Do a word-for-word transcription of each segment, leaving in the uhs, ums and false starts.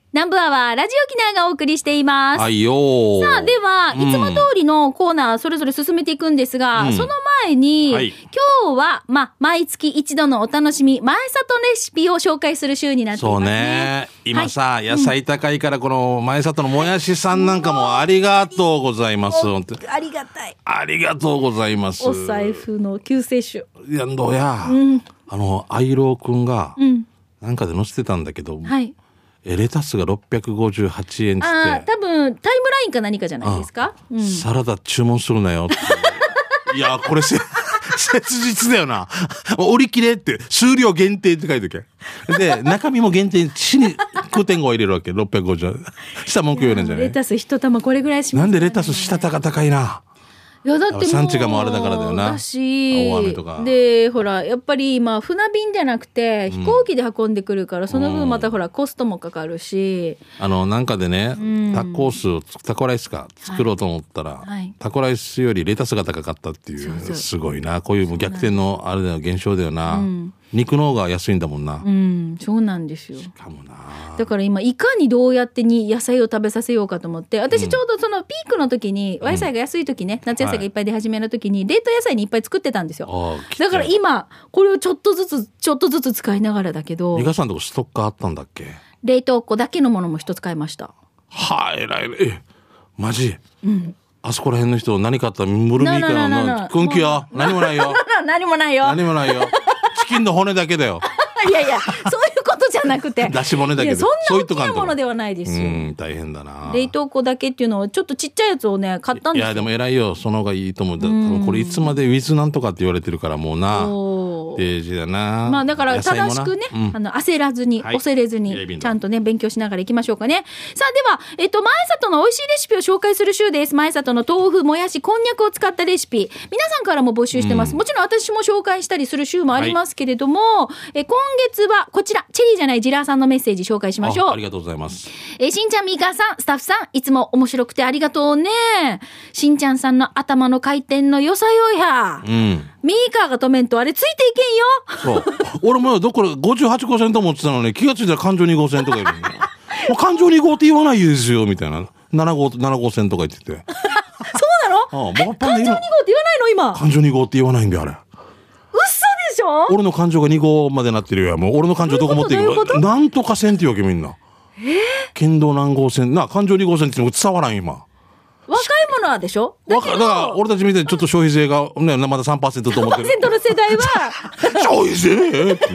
南部アワーラジオキナがお送りしています。 はいよー。 さあ、では、いつも通りのコーナーそれぞれ進めていくんですが、うん、その前に、はい、今日は、ま、毎月一度のお楽しみ、前里レシピを紹介する週になっていますね。 そうね。今さ、はい、野菜高いからこの前里のもやしさんなんかもありがとうございます。本当にありがたい。 ありがとうございます。 お財布の救世主。 いや、どうや。うん、あの、愛郎くんが、うん、なんかで載せてたんだけど、はい。レタスがろっぴゃくごじゅうはちえんってああ、多分タイムラインか何かじゃないですか、 うん、サラダ注文するなよっていやこれせ切実だよな売り切れって数量限定って書いておけで中身も限定死にきゅうてんご入れるわけろっぴゃくごじゅうした文句言われるんじゃない。 レタス一玉これぐらいします、ね、 なんでレタス下高高いな。 いやだってもう産地がもうあれだからだよな。 だし大雨とかでほらやっぱり今船便じゃなくて飛行機で運んでくるから、うん、その分またほらコストもかかるし、 あのなんかでね、うん、タコースタコライスか作ろうと思ったら、はい、タコライスよりレタスが高かったっていう、そうそうすごいな。こういう逆転のあれだよ現象だよな、うん、肉の方が安いんだもんな。 うんそうなんですよ。 しかもなだから今いかにどうやってに野菜を食べさせようかと思って、私ちょうどそのピークの時に、うん、お野菜が安い時ね、夏野菜がいっぱい出始めの時に、冷凍野菜にいっぱい作ってたんですよ。だから今これをちょっとずつちょっとずつ使いながらだけど。 美香さんのとこストッカーあったんだっけ。 冷凍庫だけのものも一つ買いました。 はい、えらいえマジ、うん、あそこら辺の人何買ったムルミーからのくんきよ何もないよ何もないよ何もないよチキンの骨だけだよいやいやそういうことじゃなくて出し骨だけどそんな大きなものではないですよ。 うん大変だな。 冷凍庫だけっていうのはちょっとちっちゃいやつをね買ったんですよ。 いやでも偉いよその方がいいと思う。多分これいつまでウィズなんとかって言われてるからもうなページだな。 まあだから正しくね、うん、あの焦らずに、はい、恐れずにちゃんとね勉強しながらいきましょうかね。さあではえっと前里の美味しいレシピを紹介する週です。前里の豆腐もやしこんにゃくを使ったレシピ皆さんからも募集してます、うん、もちろん私も紹介したりする週もありますけれども、はい、え今月はこちらチェリーじゃないジラーさんのメッセージ紹介しましょう。 あ, ありがとうございます。 えしんちゃんみーかーさんスタッフさんいつも面白くてありがとうね。しんちゃんさんの頭の回転の良さよや、うん、ミーカーが止めんとあれついていけんよ。 そう俺もどころごじゅうはちごうせんと思ってたのに気がついたら環状にごうせんとかいるもう環状にごうって言わないですよみたいなななごうななごうせんとか言っててそうなの。ああ環状にごうって言わないの今。 環状にごうって言わないんだよあれ。 嘘でしょ。 俺の感情がにごうまでなってるよ。もう俺の感情どこ持っていくなんとか線っていうわけみんな。えー、県道何号線な環状にごう線っても伝わらん今。 若い者はでしょ。 だけどだから俺たちみたいにちょっと消費税が、ね、まだ さんパーセント と思ってるさんパーセント の世代は消費税って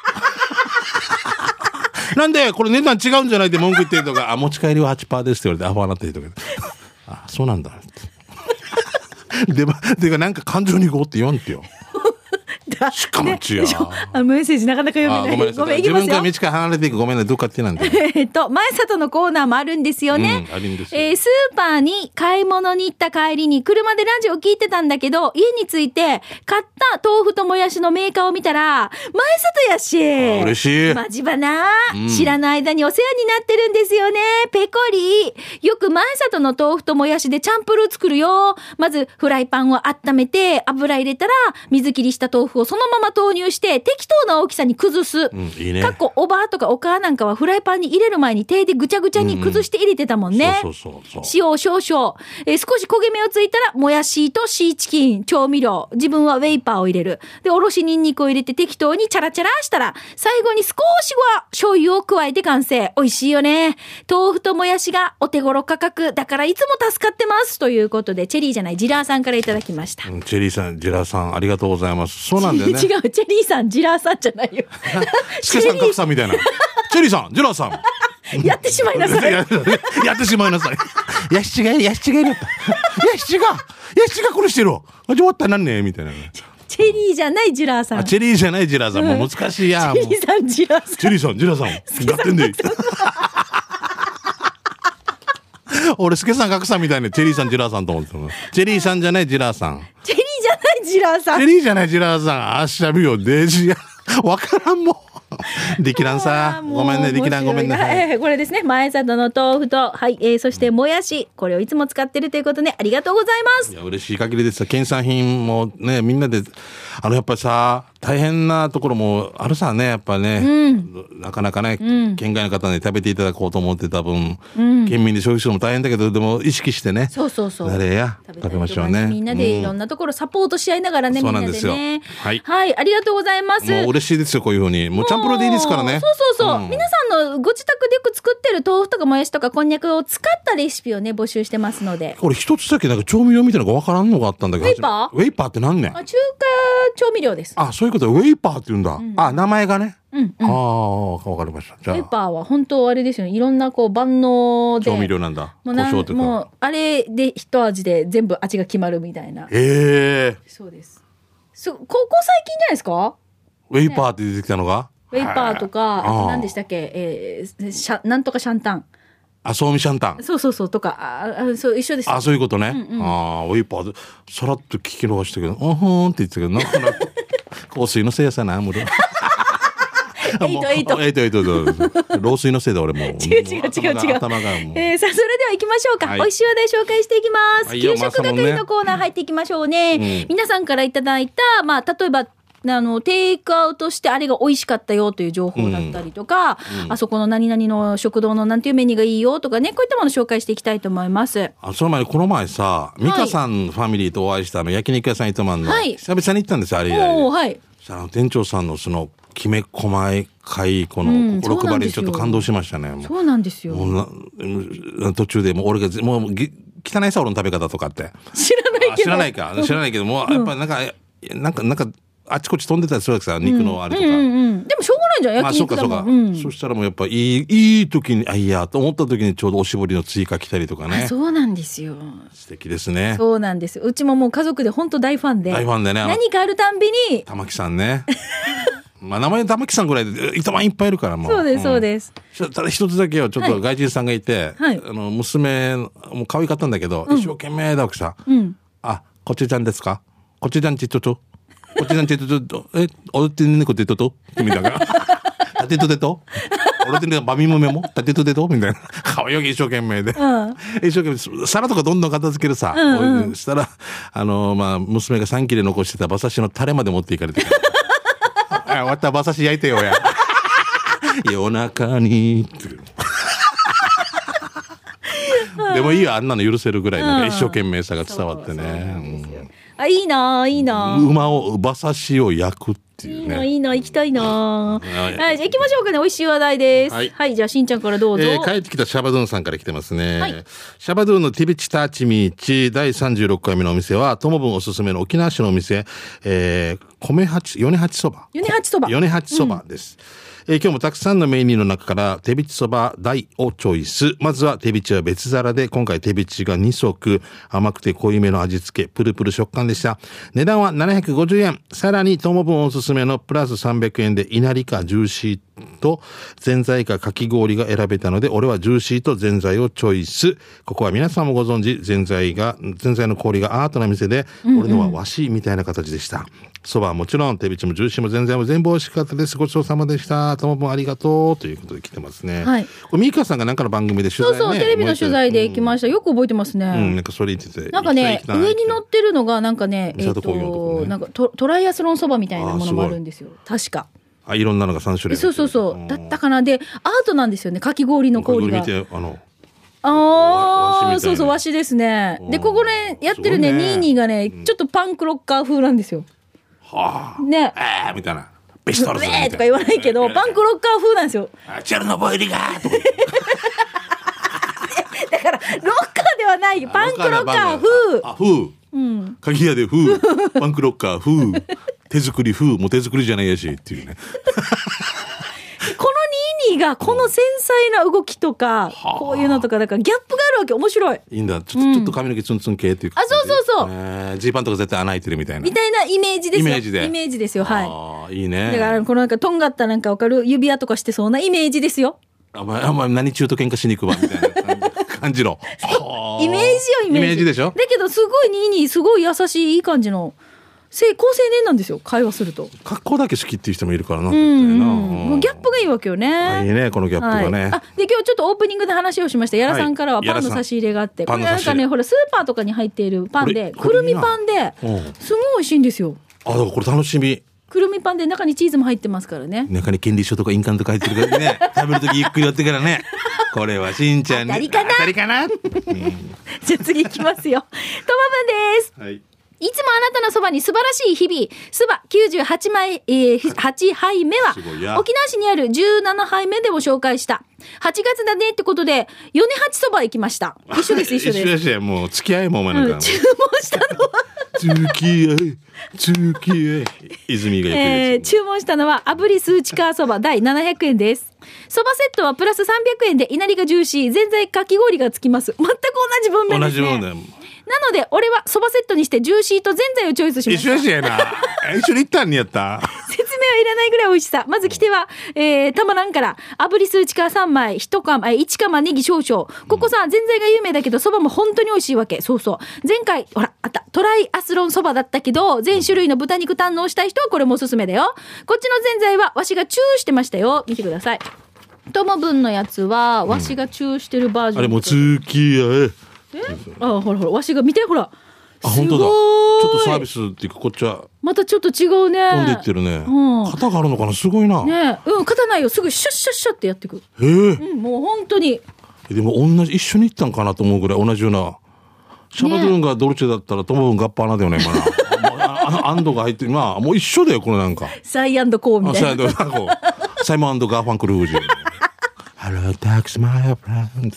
なんでこれ値段違うんじゃないって文句言ってるとかあ持ち帰りは はちパーセント ですって言われてアホになってるとかあそうなんだでもてかなんか環状にごうって言わんってよしかもちや、ね、 あメッセージなかなか読めない。ごめん、ごめん、 自分から道から離れていくごめんねどっかってなんでえっと前里のコーナーもあるんですよね、うん、あるんですよ。えー、スーパーに買い物に行った帰りに車でラジオ聞いてたんだけど家に着いて買った豆腐ともやしのメーカーを見たら前里やし嬉しいマジバナ、うん、知らない間にお世話になってるんですよね。ペコリよく前里の豆腐ともやしでチャンプルー作るよ。まずフライパンを温めて油入れたら水切りした豆腐をそのまま投入して適当な大きさに崩す、うん、いいね。かっこおばあとかお母なんかはフライパンに入れる前に手でぐちゃぐちゃに崩して入れてたもんね、うんうん、そうそうそうそう。塩を少々、えー、少し焦げ目をついたらもやしとシーチキン調味料自分はウェイパーを入れる。でおろしニンニクを入れて適当にチャラチャラしたら最後に少しは醤油を加えて完成。美味しいよね。豆腐ともやしがお手頃価格だからいつも助かってますということでチェリーじゃないジラーさんからいただきました、 うん、チェリーさんジラーさんありがとうございます。そうなんだよね違うチェリーさんジラーさんじゃないよスケさん格さんみたいなチェリーさんジラーさんやってしまいなさいや, やってしまいなさいやしちがいるやしちがいるやしちがやしちがこれしてる終わったなんねみたいなチェリーじゃないジラーさん。 あチェリーじゃないジラーさん、うん、もう難しいやチェリーさんジラーさんチェリーさんジラーさんやってんで俺スケさん格さんみたいなチェリーさんジラーさんと思ってたチェリーさんじゃないジラーさんチェリーじゃないジラーさんチェリーじゃないジラーさんあしゃびよデージやわからんもんできらんさごめんねできらんごめんね、はいえー、これですね前里の豆腐と、はいえー、そしてもやしこれをいつも使ってるということでありがとうございます。 いや嬉しい限りです。県産品もねみんなであのやっぱりさ大変なところもあるさね、やっぱね、 うん、 なかなかね、 うん、 県外の方に食べていただこうと思ってた分、 うん、 県民で消費するのも大変だけど、でも意識してね、 そうそうそう、 誰や食べましょうね。 みんなでいろんなところサポートし合いながらね、うん、みんなでね。そうなんですよ。はい、はい、ありがとうございます。 もう嬉しいですよ、こういうふうに。もうチャンプルでいいですからね。 そうそうそう、うん、皆さんのご自宅でよく作ってる豆腐とかもやしとかこんにゃくを使ったレシピをね募集してますので。 これ一つだけなんか調味料みたいなのがわからんのがあったんだけど。 ウェイパー？ ウェイパーって何ねん？ あ、中華調味料です。 あ、そういうこと。ウェイパーって言うんだ。うん、あ、名前がね。 うんうん、 ああ、わかりました。じゃあ。 ウェイパーは本当あれですよね。いろんなこう万能で。 調味料なんだ。 もうなん胡椒とか。 もうあれで一味で全部味が決まるみたいな。 へえ。 そうです。そ、ここ最近じゃないですか？ ウェイパーって出てきたのが？ ウェイパーとか、あと何でしたっけ、えー、シャなんとかシャンタン。 あ、そうみシャンタン。 そうそうそうとか、ああそう一緒です。 あ、そういうことね。 うんうん、 ああ、ウェイパーでさらっと聞き逃したけど、うんふーんって言ってたけど、なんとなく香水のせいやさな、もう。 エイトエイトエイトエイト漏水のせいで俺もう。 違う違う違う違う。えー、さあそれでは行きましょうか。はい、美味しい話題紹介していきます。はい、給食係のコーナー入っていきましょうね。うん、皆さんからいただいた、まあ例えば。あのテイクアウトしてあれが美味しかったよという情報だったりとか、うんうん、あそこの何々の食堂のなんていうメニューがいいよとかね、こういったものを紹介していきたいと思います。 あ、その前にこの前さ、美香さんファミリーとお会いしたあの焼肉屋さん糸満の、はい、久々に行ったんですよ、あれ以来で。はい、さあ店長さんのそのきめ細かいこの心配りにちょっと感動しましたね。うん、 そうなんですよ。 もう途中でもう俺がもう汚いさ俺の食べ方とかって知らないけど知らないか知らないけども、うん、やっぱりなんかなんかなんかあちこち飛んでたりするわけさ、肉のあれとか、 うんうんうんうん、でもしょうがないじゃん、焼肉だもん。まあ、そうかそうか、うん、 そしたらもうやっぱいいいい時にあいやと思った時にちょうどおしぼりの追加来たりとかね。 そうなんですよ。 素敵ですね。 そうなんです。うちももう家族で本当大ファンで大ファンでね、 何かあるたんびに玉木さんねまあ名前玉木さんぐらいで糸満いっぱいいるからもう。 そうですそうです、 うん、ただ一つだけよ、ちょっと外人さんがいて、はい、あの娘もう可愛かったんだけど、うん、一生懸命だわけさ、うん、あ、こっちちゃんですか、こっちちゃんちちょちょこっちなんて言うと、え、おってねこって言うととみたいな。たてとでと俺ってね、バミムメもたてとでとみたいな。顔よぎ一生懸命で。うん、一生懸命、皿とかどんどん片付けるさ。うんうん、したら、あの、まあ、娘がさん切れ残してた馬刺しのタレまで持っていかれて。あ、終わった馬刺し焼いてよや。夜中に。でもいいよ、あんなの許せるぐらいの、うん、一生懸命さが伝わってね。 あ、いいな、いいな。 馬を馬刺しを焼くっていうね。 いいな、いいな、行きたいな。はい、じゃあ行きましょうかね。美味しい話題です。はい、はい、じゃあしんちゃんからどうぞ。 えー、帰ってきたシャバドゥンさんから来てますね。はい、シャバドゥンのティビチターチミーチだいさんじゅうろっかいめのお店は、ともぶんおすすめの沖縄市のお店、えー、米八米八そば。 米八そば。 米八そばです。うん、えー、今日もたくさんのメニューの中から手びちそば大をチョイス。まずは手びちは別皿で、今回手びちがに足、甘くて濃いめの味付け、プルプル食感でした。値段はななひゃくごじゅうえん。さらにともぶんおすすめのプラスさんびゃくえんで稲荷かジューシーとぜんざいかかき氷が選べたので、俺はジューシーとぜんざいをチョイス。ここは皆さんもご存知、ぜんざいが、ぜんざいの氷がアートな店で、うんうん、俺のは和紙みたいな形でした。そばはもちろん、手びちもジューシーもぜんざいも全部美味しかったです。ごちそうさまでした。ともぶんありがとうということで来てますね。はい。これミカさんが何かの番組で取材ね。 そうそう、テレビの取材で行きました。よく覚えてますね。 うん、なんかそれ言ってて。 なんかね、上に乗ってるのがなんかね、えっと、なんかトトライアスロンそばみたいなものもあるんですよ。確か。 あ、いろんなのがさん種類。 そうそうそう。だったかな。で、アートなんですよね。かき氷の氷が。見て、あの。ああ、そうそう、和紙ですね。で、ここね、やってるね、ニーニーがね、ちょっとパンクロッカー風なんですよ。はあ。ね。ええみたいな。ベストルズみたいな。とか言わないけど、パンクロッカー風なんですよ。 チェルノブイリがーとか。 だから、ロッカーではない。パンクロッカー風。 あ、風。うん。鍵屋で風。パンクロッカー風。手作り風。もう手作りじゃないやしっていうね。 このニーニーがこの繊細な動きとか、うん、こういうのとかだからギャップがあるわけ。面白い。 いいんだ。ちょっと、うん、ちょっと髪の毛ツンツン系っていうか。 あ、そうそうそう。 えー、ジーパンとか絶対穴開いてるみたいな。 みたいなイメージですよ。 イメージで。 イメージですよ。はい。 ああ、いいね。 だからこのなんかとんがったなんかわかる指輪とかしてそうなイメージですよ。 あ、まあ、あまあ、何中と喧嘩しに行くわみたいな感じの。 イメージよ、イメージ。 イメージでしょ。 だけどすごいニーニーすごい優しいいい感じの。高青年なんですよ、会話すると。 格好だけ好きっていう人もいるからな。うん、 うん、もうギャップがいいわけよね。 あ、いいね、このギャップがね。はい、 あ、で今日ちょっとオープニングで話をしました。やらさんからはパンの差し入れがあって、これなんかね、ほらスーパーとかに入っているパンで、くるみパンで、すごい美味しいんですよ。 あ、だからこれ楽しみ。 くるみパンで中にチーズも入ってますからね。 中に権利書とか印鑑とか入ってるからね。食べるときゆっくり寄ってからね。これはしんちゃんに当たりかな当たりかな、うん、 じゃあ次いきますよ。ともぶんです。 はい。 いつもあなたのそばに素晴らしい日々。そばきゅうじゅうはちまい、えー、はちはいめは、沖縄市にあるじゅうななはいめでも紹介した。はちがつだねってことで、米八そば行きました。一緒です、一緒です。 一緒ですよ。もう付き合いもお前なんか、 うん。注文したのは付き合い、付き合い。泉がよく言うえー、注文したのは、炙りスーチカーそばだいななひゃくえんです。そばセットはプラスさんびゃくえんで、いなりがジューシー、ぜんざいかき氷がつきます。全く同じ文面ですね。 同じ文面。 なので、俺はそばセットにしてジューシーとぜんざいをチョイスしました。 一緒ですよな。一緒に行ったんにやった。 説明はいらないぐらい美味しさ。まず来ては、えー、たまらんから、炙りスーチカーさんまい、いち玉、いち玉ネギ少々。ここさ、ぜんざいが有名だけど、そばも本当に美味しいわけ。そうそう。前回、ほら、あった。トライアスロンそばだったけど、全種類の豚肉堪能したい人はこれもおすすめだよ。こっちのぜんざいは、わしがチューしてましたよ。見てください。ともぶんのやつは、わしがチューしてるバージョン。 あれもう付き合い。 あ、ほらほら、わしが見て、ほら。 あ、本当だ。ちょっとサービスっていうか、こっちは。 またちょっと違うね。 飛んでいってるね。 うん、 型があるのかな、すごいな。 ねえ、うん、型ないよ。すぐシャッシャッシャッってやってく。 へえ、 うん、もう本当に。 でも同じ、一緒に行ったんかなと思うぐらい同じような。シャバドゥーンがドルチェだったら、トモブンガッパーナだよね、今な。あの、アンドが入ってる。まあ、もう一緒だよ、これなんか。 サイアンドコーみたいな。 サイアンドコー。サイモン&ガーファンクルージュ。Hello, tax my friends.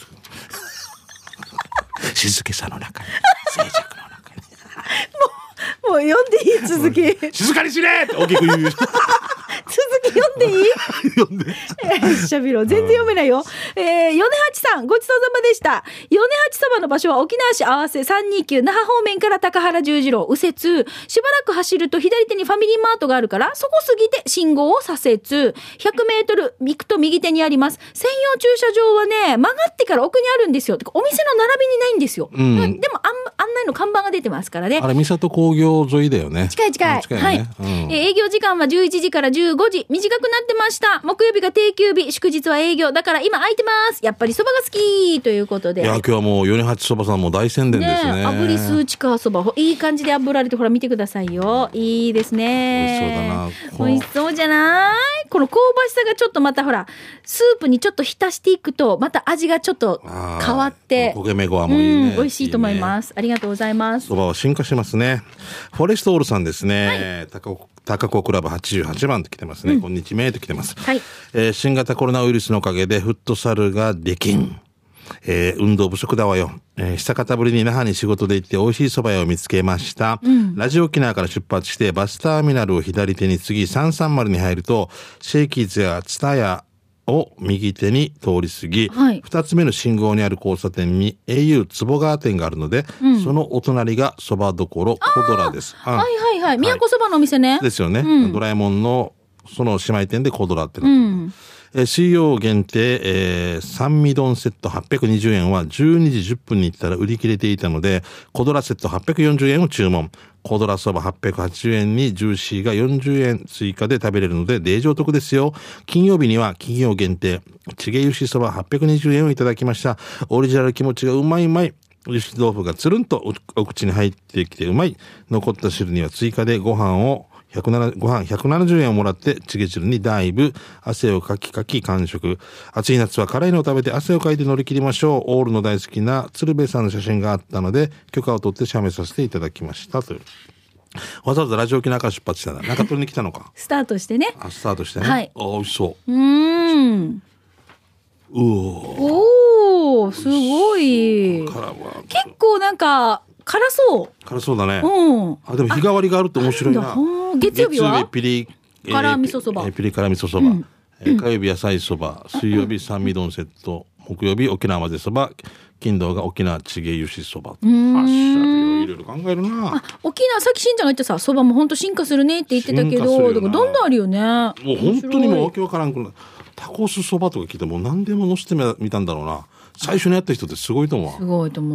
静けさの中に、静寂の中に。 もう、もう読んでいい続き。 静かにしれって大きく言う。 続き読んでいい読んで。 えー、しゃべろ。全然読めないよ。えー、米八さん、ごちそうさまでした。米八そばの場所は沖縄市合わせさんにきゅう、那覇方面から高原十字路、右折。しばらく走ると左手にファミリーマートがあるから、そこ過ぎて信号を左折。ひゃくメートル行くと右手にあります。専用駐車場はね、曲がってから奥にあるんですよ。お店の並びにないんですよ。うん、でも案内の看板が出てますからね。 あれ、三郷工業沿いだよね。 近い近い。近いね、はい、うん、えー。営業時間はじゅういちじからじゅうごじ。短くなってました。木曜日が定休日、祝日は営業。だから今空いてます。やっぱりそばが好きということで。 いや、今日はもう米八そばさんも大宣伝ですね。ね、 炙りスーチカーそば。いい感じで炙られて、ほら見てくださいよ。いいですね。美味しそうだな。美味しそうじゃないこの香ばしさがちょっとまたほら、スープにちょっと浸していくと、また味がちょっと変わって。 焦げ目ごはもいいね、うん。 美味しいと思います。いいね、ありがとうございます。 そばは進化しますね。フォレストオールさんですね。はい、高高子クラブはちじゅうはちばんと来てますね。うん、こんにちはと来てます、はい、えー。新型コロナウイルスのおかげでフットサルができん。えー、運動不足だわよ。えー、久方ぶりに那覇に仕事で行って美味しい蕎麦屋を見つけました、うん。ラジオ沖縄から出発してバスターミナルを左手に次さんさんまるに入るとシェイキーズやツタヤを右手に通り過ぎ、はい、ふたつめの信号にある交差点に エーユー 坪川店があるので、うん、そのお隣が蕎麦どころコドラです。 はいはいはい。宮古蕎麦のお店ね。 ですよね、うん。ドラえもんのその姉妹店でコドラってなってる、うんえー、水曜限定、えー、三味丼セットはっぴゃくにじゅうえんはじゅうにじじゅっぷんに行ったら売り切れていたので、コドラセットはっぴゃくよんじゅうえんを注文。コドラそばはっぴゃくはちじゅうえんにジューシーがよんじゅうえん追加で食べれるので、デージお得ですよ。金曜日には金曜限定、チゲ油脂そばはっぴゃくにじゅうえんをいただきました。オリジナル気持ちがうまいうまい。油脂豆腐がつるんとお口に入ってきてうまい。残った汁には追加でご飯をひゃくななじゅうご飯ひゃくななじゅうえんをもらってチゲ汁にだいぶ汗をかきかき完食。暑い夏は辛いのを食べて汗をかいて乗り切りましょう。オールの大好きな鶴瓶さんの写真があったので許可を取って写メさせていただきましたという。わざわざラジオ沖縄から出発したな。中取りに来たのか。 スタートしてね。 あ、スタートしてね。 はい。 あ、美味しそう。 うーん。 うおお、すごい。結構なんか辛そう。 辛そうだね。 うん。 あ、でも日替わりがあると面白いな。 月曜日は月曜日ピリ辛味噌そば、 えー、ピリ辛味噌そば、うんえー、火曜日野菜そば、水曜日三味丼セット、木曜日沖縄混ぜそば、金土が沖縄チゲ油脂そば。あっしゃいろいろ考えるな。 あ、沖縄さっきしんちゃんが言ってさ、そばも本当進化するねって言ってたけど、だからどんどんあるよね。もう本当にもうわけわからんくなる。タコスそばとか聞いても何でも乗せてみたんだろうな。最初にやった人ってすごいと思う。 すごいと思う。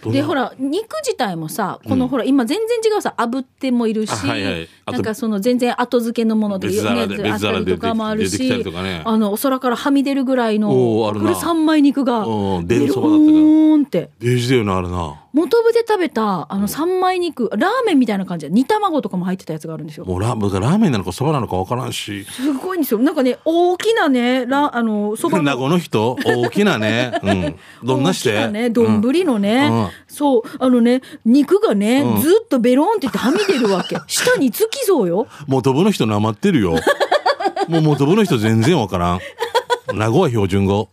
でほら肉自体もさこの、うん、ほら今全然違うさ炙ってもいるし、はいはい、なんかその全然後付けのもので別皿であったりとかもあるし、 ね、 あのお空からはみ出るぐらいのこれ三枚肉が出るそばだったからーんってデジだよなあるな。 元部で食べたあの三枚肉ラーメンみたいな感じで煮卵とかも入ってたやつがあるんですよ。 もう ラ, ラーメンなのかそばなのか分からんしすごいんですよ。なんかね大きなねラあのそばの名護の人大きなね、うん、どんなして大きなね丼のね、うん、そうあのね肉がね、うん、ずっとベロンっていってはみ出るわけ下につきそうよ。 元部の人なまってるよもう元部の人全然分からん。名護は標準語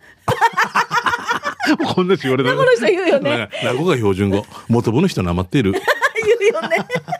こんな人言われたら名護の人言うよね。 名護が標準語元部の人なまってる言うよね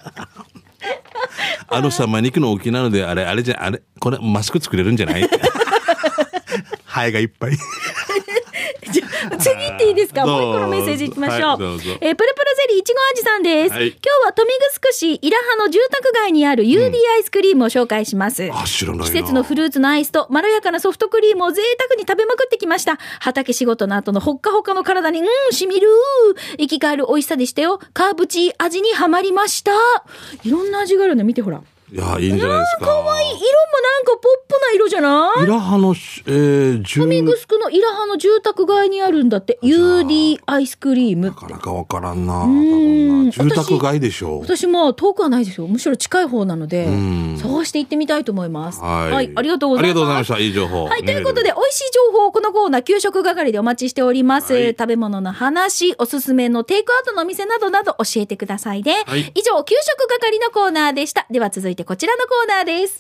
あのさま肉の大きなのであれあれじゃあれこれマスク作れるんじゃないハエがいっぱいじゃ次行っていいですか。もう一個のメッセージいきましょう、はい、どうぞ。えー、プルプルゼリーいちご味さんです、はい、今日は豊見城市伊良浜の住宅街にある ユーディー アイスクリームを紹介します、うん、 あ知らないな。 季節のフルーツのアイスとまろやかなソフトクリームを贅沢に食べまくってきました。畑仕事の後のほっかほかの体にうんしみる生き返る美味しさでしたよ。カーブチー味にはまりました。いろんな味があるの見てほら。 いやいいんじゃないですか。 かわいい色もなんかポップな色じゃない。 伊良浜の、えー、 豊見城の伊良浜の住宅街にあるんだって ユーディー アイスクリーム。 なかなかわからんな。うん住宅街でしょ。 私, 私も遠くはないですよ。むしろ近い方なので探して行ってみたいと思います。はい、はい、ありがとうございます。 ありがとうございました。いい情報。 はい、ということで美味しい情報をこのコーナー給食係でお待ちしております、はい、食べ物の話おすすめのテイクアウトのお店などなど教えてくださいね、はい、以上給食係のコーナーでした。では続いてこちらのコーナーです。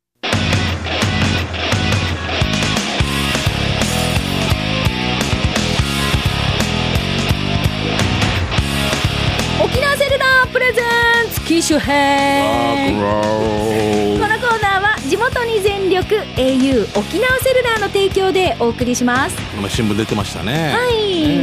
沖縄セルラープレゼンツ機種編。このコーナーは地元に全力 エーユー 沖縄セルラーの提供でお送りします。 新聞出てましたね。 はい、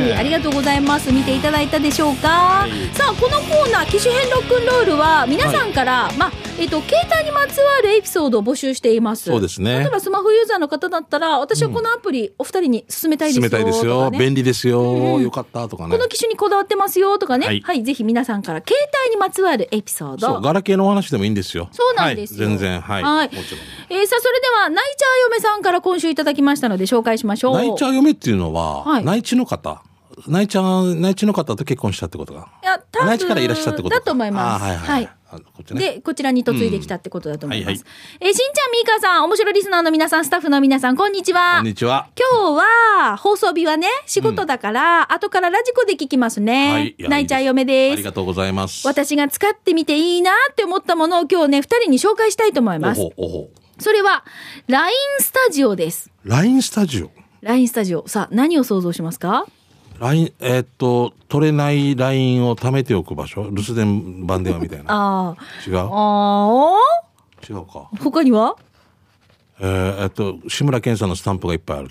ね、ありがとうございます。見ていただいたでしょうか、はい、さあこのコーナー機種編ロックンロールは皆さんから、はい、まあえっと、携帯にまつわるエピソードを募集しています。 そうですね。 例えばスマホユーザーの方だったら私はこのアプリお二人に勧めたいですよ、うん、 勧めたいですよ、ね、便利ですよ、うん、よかったとかね、 この機種にこだわってますよとかね、はい、はい、ぜひ皆さんから携帯にまつわるエピソード。 そうガラケーのお話でもいいんですよ。 そうなんですよ、 はい、全然はい、 はい、もちろん、えー、さあそれではナイチャー嫁さんから今週いただきましたので紹介しましょう。 ナイチャー嫁っていうのは、はい、内地の方内地内地の方と結婚したってことが、 いや多分内地からいらっしゃったってことだと思います。 あ、はいはい、はい、こっちね、 でこちらに嫁いできたってことだと思います、うん、はいはい、えー、しんちゃんみーかさん面白リスナーの皆さんスタッフの皆さんこんにちは。 こんにちは。 今日は放送日はね仕事だから、うん、後からラジコで聞きますね、はい、ナイチャー嫁です。 ありがとうございます。 私が使ってみていいなって思ったものを今日ねふたりに紹介したいと思います。 おほおほ。 それは ライン スタジオです。 ライン スタジオライン スタジオ、さあ何を想像しますか。 ライン、えー、っと取れない ライン を貯めておく場所、留守電番電話みたいなあ違うあ違うか。 他にはえー、えっと志村けんさんのスタンプがいっぱいある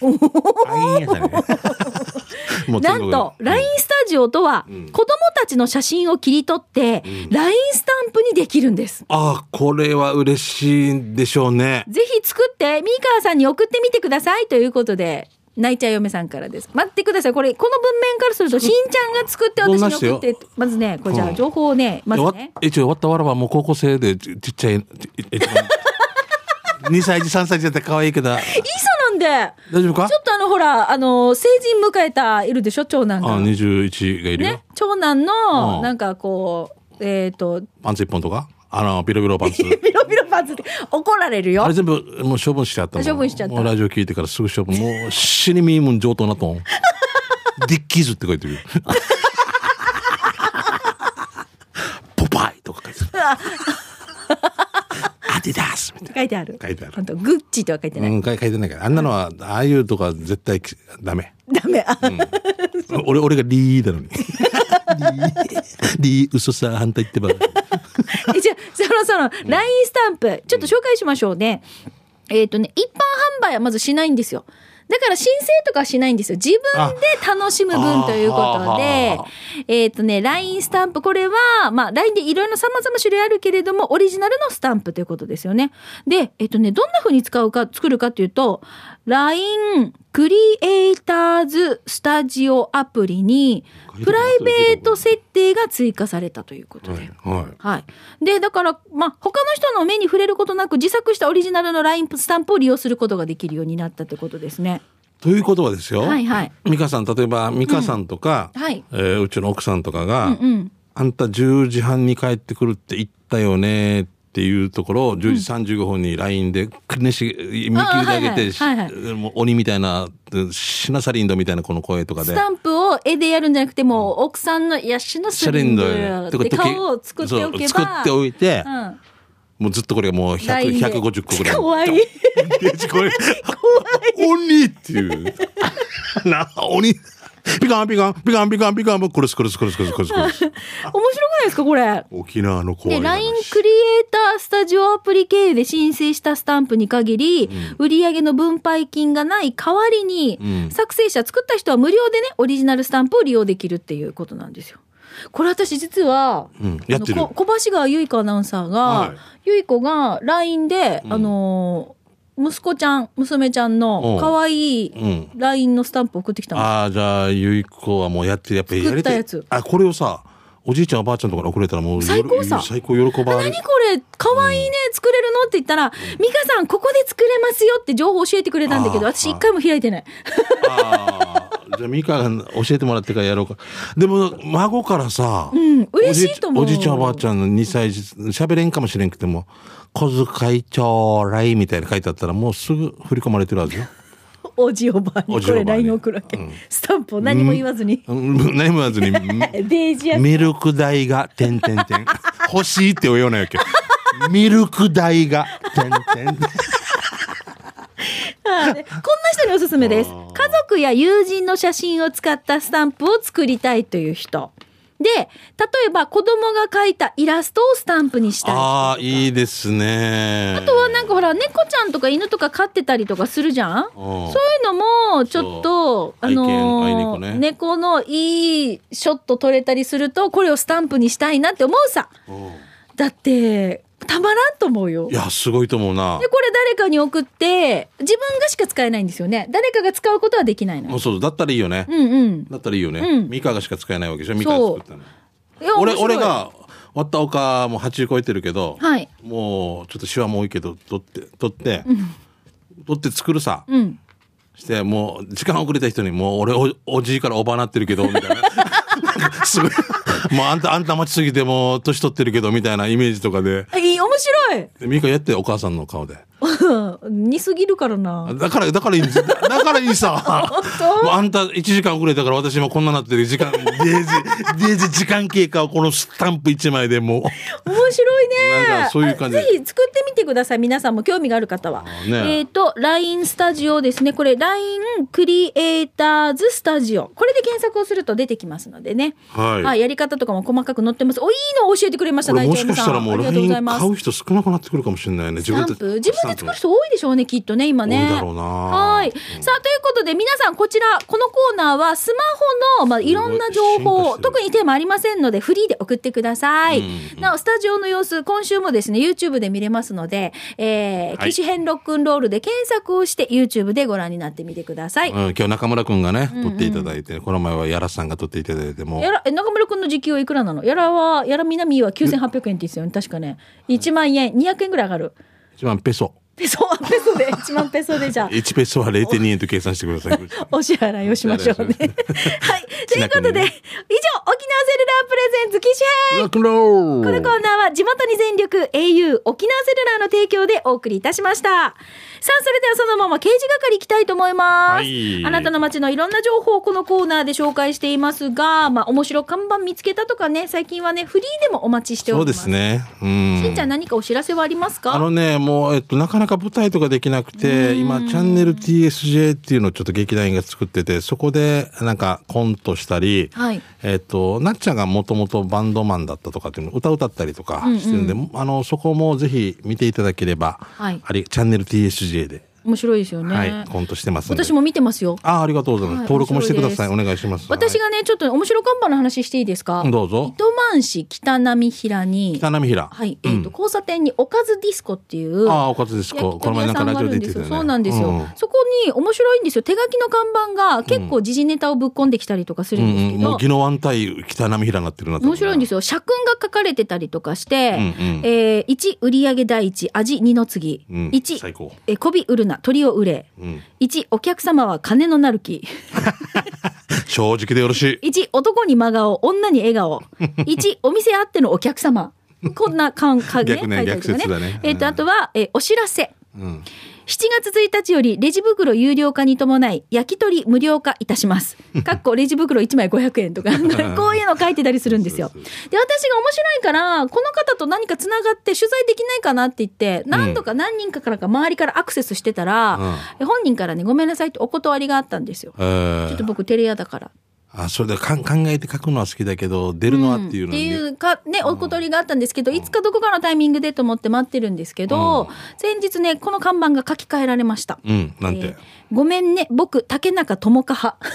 もうなんと ライン スタジオとは、うん、子供たちの写真を切り取って、うん、ライン スタンプにできるんです。 あ、これは嬉しいんでしょうね。 ぜひ作ってミーカーさんに送ってみてくださいということでナイチャー嫁さんからです。待ってください。これこの文面からするとしんちゃんが作って私に送って、まずねこれじゃあ情報をね、うん、まずね一応終わったわらばもう高校生でちっちゃいにさい児さんさい児だったら可愛いけどいいそうなんで大丈夫か。 ちょっとあのほらあの成人迎えたいるでしょ長男が。 あにじゅういちがいるよ、ね、 長男のなんかこうえっ、ー、とパンツ一本とかあのビロビロパンツビロビロパンツって怒られるよ。 あれ全部もう処分しちゃったもん。 処分しちゃった。 もうラジオ聞いてからすぐ処分。もう死にみーもん上等なとんディッキーズって書いてるよポパイとか書いてるアディダスみたいな書いてある。 書いてある。 あとグッチとは書いてない、 うん、書いてないからあんなのはああいうとか絶対ダメダメ、 うん、俺, 俺がリーだのにリー嘘さ反対ってばえじゃあそのその ライン スタンプちょっと紹介しましょうね、うん、えっ、ー、とね一般販売はまずしないんですよ。だから申請とかはしないんですよ。自分で楽しむ分ということでえっ、ー、とね ライン スタンプこれはまあ ライン でいろいろ様々種類あるけれどもオリジナルのスタンプということですよね。でえっ、ー、とねどんな風に使うか作るかというと ライン クリエイターーズスタジオアプリにプライベート設定が追加されたということで、 はいはいはい、でだから、まあ、他の人の目に触れることなく自作したオリジナルの ライン スタンプを利用することができるようになったということですね。 ということはですよ、 はいはい、 美香さん、例えば美香さんとか、 うん、はい、 えー、うちの奥さんとかが、 うんうん、 あんたじゅうじはんに帰ってくるって言ったよねっていうところをじゅうじさんじゅうごふんに ライン でくねし見切りであげて、 はいはいはいはい、 もう鬼みたいなシナサリンドみたいなこの声とかでスタンプを絵でやるんじゃなくてもう奥さんのいやシナサリンドやって顔を作っておけば作っておいて、 うん、 もうずっとこれがもうひゃく、ひゃくごじゅっこぐらい。 かわいい。 これ鬼っていうな鬼ピカンピカンピカンピカンピカンクロスクロスクロスクロスクロスクロス面白くないですかこれ。 沖縄の声で ライン クリエイタースタジオアプリ経由で申請したスタンプに限り、うん、売上の分配金がない代わりに、うん、作成者作った人は無料でねオリジナルスタンプを利用できるっていうことなんですよ。これ私実は、うん、やってる小橋川由依子アナウンサーが、はい、由依子が ライン で、うん、あの息子ちゃん娘ちゃんの可愛い ライン のスタンプ送ってきたの、うん、 ああじゃあ由依子はもうやってるやっぱりやりたい作ったやつ。 あこれをさおじいちゃんおばあちゃんとかに送れたらもう最高さ最高喜ばれる。 何これ可愛いね、うん、作れるのって言ったら、うん、美香さんここで作れますよって情報教えてくれたんだけど私一回も開いてない。 あじゃあ美香が教えてもらってからやろうか。でも孫からさ、 うん、嬉しいと思う。 おじいちゃんおばあちゃんのにさい喋れんかもしれんくても小遣いちょうだいみたいな書いてあったらもうすぐ振り込まれてるはずよ。 おじおばあにこれ ライン 送るわけ、うん、スタンプを何も言わずに、 うん、何も言わずにミルク代がてんてんてん欲しいって言わないわけミルク代がてんてんてんこんな人におすすめです。家族や友人の写真を使ったスタンプを作りたいという人で、例えば子供が描いたイラストをスタンプにしたい。 ああいいですね。 あとはなんかほら猫ちゃんとか犬とか飼ってたりとかするじゃん。そういうのもちょっとあのーね、猫のいいショット撮れたりするとこれをスタンプにしたいなって思うさ。だってたまらんと思うよ。 いやすごいと思うな。 でこれ誰かに送って自分がしか使えないんですよね。誰かが使うことはできないの。 そうだったらいいよね。 うんうん。 だったらいいよね。 うん、 ミカがしか使えないわけでしょ。ミカが作ったの。いや俺俺が割ったおかもうはちじゅう超えてるけど、 はい、 もうちょっとシワも多いけど取って取って、 うん、 取って作るさ。 うん、 してもう時間遅れた人にもう俺 お, おじいからおばなってるけどみたいな。すごい。もうあんたあんた待ちすぎてもう年取ってるけどみたいなイメージとかで。 いい面白い。 ミカやってお母さんの顔で。 似すぎるからな。 だからだからいいんです。だからいいさ。もうあんたいちじかん遅れたから私もこんななってる時間デージデージ時間経過をこのスタンプいちまいでもう。面白いね。 なんかそういう感じで。 ぜひ作ってみてください。皆さんも興味がある方は。ね、えっ、ー、と ライン スタジオですね。これ ライン クリエイターズスタジオ。これで検索をすると出てきますのでね。 はい。 はい、やり方とかも細かく載ってます。おいいのを教えてくれました。 もしかしたらもう ライン 買う人少なくなってくるかもしれないね。 自分で自分で作る人多いでしょうねきっとね今ね。 多いだろうな。 はい、うん、さあということで皆さんこちらこのコーナーはスマホの、まあ、いろんな情報特にテーマありませんのでフリーで送ってください、うん、なおスタジオの様子今週もですね YouTube で見れますので、えーはい、機種編ロックンロールで検索をして YouTube でご覧になってみてください、うん、 今日中村くんがね、うんうん、撮っていただいてこの前はやらさんが撮っていただいてもやら中村くんの時給はいくらなの。やらはやらみなみはきゅうせんはっぴゃくえんって言ってたよね確かね。いちまんえんにひゃくえんぐらい上がる。 いちまんペソペソペソでいちまんペソでじゃあいちペソは れいてんに 円と計算してください。 お支払いをしましょうね。はいということで以上沖縄セルラープレゼンツ機種編ロックンロールこのコーナーは地元に全力 エーユー 沖縄セルラーの提供でお送りいたしました。さあそれではそのまま刑事係行きたいと思います、はい、あなたの街のいろんな情報をこのコーナーで紹介していますが、まあ、面白看板見つけたとかね最近はねフリーでもお待ちしております。 そうですね。うんしんちゃん何かお知らせはありますか。 あのねもう、えっと、なかなか舞台とかできなくて今チャンネル ティーエスジェー っていうのをちょっと劇団員が作っててそこでなんかコントしたり、 はいえっと、なっちゃんがもともとバンドマンだったとかっていうの歌歌ったりとかしてるんで、うんうん、あのそこもぜひ見ていただければ、 はい、 あれチャンネル ティーエスジェー で面白いですよね。 はい、コントしてますんで。 私も見てますよ。 ああ、ありがとうございます。 はい、 登録もしてください。お願いします。 私がね、ちょっと面白看板の話していいですか。 どうぞ。 糸満市北波平に。 北波平。 はい、えっ、ー、と、うん、交差点におかずディスコっていう。 ああ、おかずディスコ。この前なんかラジオで言ってたよね。 そうなんですよ、うん。そこに面白いんですよ。手書きの看板が結構時事ネタをぶっ込んできたりとかするんですけど。うんうん、 もう宜野湾対北波平になってるな。 面白いんですよ。社訓が書かれてたりとかして、うんうん、えー、いち売上第一、味二の次、うん、いち最高、 えー、媚び売るな鳥を売れ、うん、いちお客様は金のなる木正直でよろしい。 いち男に真顔女に笑顔いちお店あってのお客様こんな感覚ね。 逆ね、逆説だね。 えっ、ー、と、あとは、えー、お知らせ。うん、しちがつついたちよりレジ袋有料化に伴い焼き鳥無料化いたします。かっこレジ袋いちまいごひゃくえんとかこういうの書いてたりするんですよ。で、私が面白いからこの方と何かつながって取材できないかなって言って何度か何人かからか周りからアクセスしてたら、うん、本人からねごめんなさいってお断りがあったんですよ。ちょっと僕照れ屋だから。 あ、それでかん考えて書くのは好きだけど出るのはっていうのに、 うん、っていうかね、お断りがあったんですけど、うん、いつかどこかのタイミングでと思って待ってるんですけど、うん、先日ねこの看板が書き換えられました。 うん、なんて、えー、 ごめんね僕竹中智香派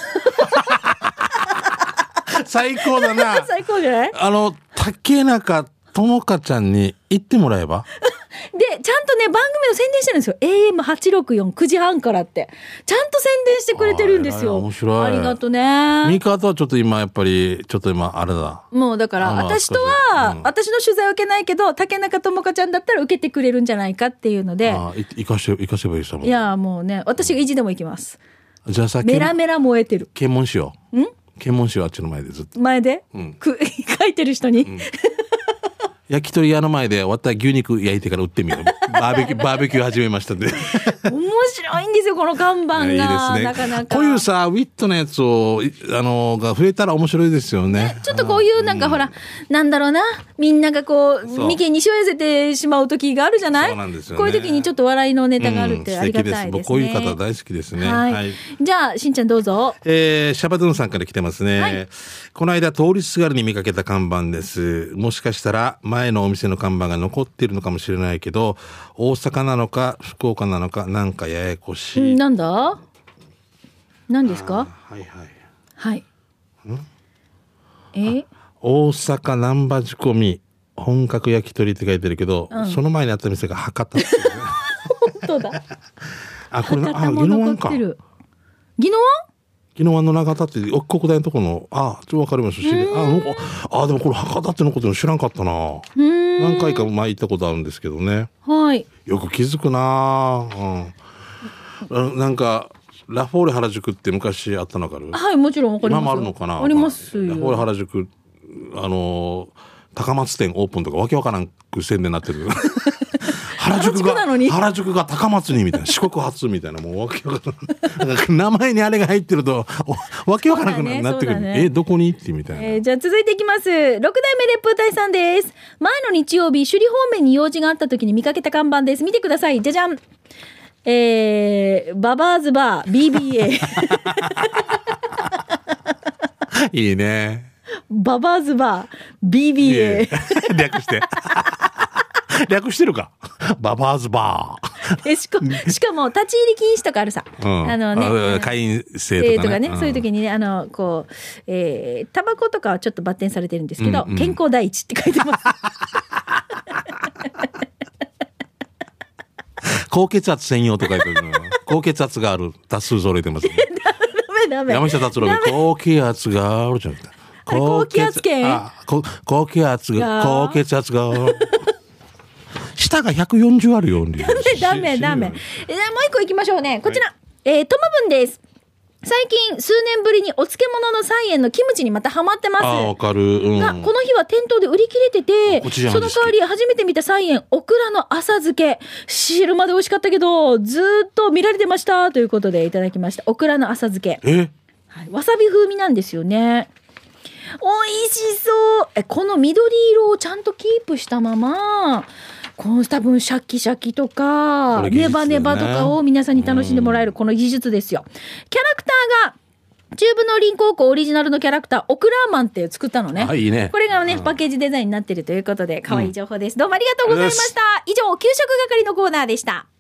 最高だな。 最高じゃない。 あの竹中智香ちゃんに言ってもらえばでちゃんとね番組の宣伝してるんですよ。 エーエムはちろくよん くじはんからってちゃんと宣伝してくれてるんですよ。 面白い。 ありがとうね。 ミカとはちょっと今やっぱりちょっと今あれだ。 もうだから私とは、うん、私の取材を受けないけど竹中智香ちゃんだったら受けてくれるんじゃないかっていうので、 あい生かして生かせばいいさもん。 いやもうね私が意地でも行きます。 じゃあさメラメラ燃えてる検問しよう。 ん検問しよう。あっちの前でずっと前で、うん、く書いてる人に、うん焼き鳥屋の前で割った牛肉焼いてから売ってみよう。バーベキュー、バーベキュー始めましたんで。 面白いんですよ、この看板が。いいですね。なかなか。 こういうさ、ウィットのやつを、あの、が増えたら面白いですよね。ねちょっとこういうなんか、うん、ほら、なんだろうな、みんながこう、眉間にしわ寄せてしまう時があるじゃない？ そうなんですよね。 こういう時にちょっと笑いのネタがあるってありがたいですね。うん、 僕こういう方大好きですね。 はい。はい、じゃあ、しんちゃんどうぞ。 えー、シャバドゥンさんから来てますね。はい、この間通りすがりに見かけた看板です。もしかしたら前のお店の看板が残っているのかもしれないけど、大阪なのか福岡なのかなんかややこしい。 なんだ？何ですか？ はいはいはい。ん？え？ 大阪難波仕込み本格焼き鳥って書いてるけど、うん、その前にあった店が博多っていう、ね。 本当だ。 あ、これな、 あ、宜野湾か。宜野湾？ 宜野湾の長田って国大のところの、あ、ちょっとわかりました。あ、あ、でもこれ博多ってのこと知らんかったな。何回か前行ったことあるんですけどね。 はい。 よく気づくな、うん。なんかラフォーレ原宿って昔あったのかる？ はい、もちろんわかります。 今もあるのかな？ ありますよ。 ラフォーレ原宿、あの高松店オープンとかわけわからんく宣伝になってる。原宿が原宿が高松にみたいな、四国初みたいな、もうわけわからん名前にあれが入ってるとわけわからなくなってくる、ね、えどこにってみたいな、 えー、じゃあ続いていきます。ろくだいめ烈風隊さんです。前の日曜日首里方面に用事があった時に見かけた看板です。見てください。じゃじゃん、えー、ババーズバー ビービーエーいいね。 ババーズバー ビービーエー略して略してるか。ババーズバー。えしかしかも立ち入り禁止とかあるさ。うん、あのね、 会員制とかね。とかね、 うん、そういう時にね、あのこう、えー、タバコとかはちょっとバッテンされてるんですけど、うんうん、健康第一って書いてます。 高血圧専用とか書いてるの。高血圧がある多数揃えてます、ね。 ダメダメ。 山下達郎が高血圧があるじゃん。 高気圧計。 高気圧が高血圧が。舌がひゃくよんじゅうあるよ。ダメダメダメ。もう一個いきましょうね。こちら、はい、えー、トマブンです。最近数年ぶりにお漬物の菜園のキムチにまたハマってます。 あ、わかる、うん、 がこの日は店頭で売り切れてて、その代わり初めて見た菜園オクラの浅漬け、汁まで美味しかったけどずっと見られてましたということでいただきました。オクラの浅漬け、 え、 はい、わさび風味なんですよね。美味しそう。えこの緑色をちゃんとキープしたまま、この多分シャキシャキとか、ね、ネバネバとかを皆さんに楽しんでもらえるこの技術ですよ。キャラクターが中部農林高校オリジナルのキャラクターオクラーマンって作ったのね。 あ、いいね。 これがねパッケージデザインになっているということで可愛い情報です、うん、どうもありがとうございました。以上給食係のコーナーでした。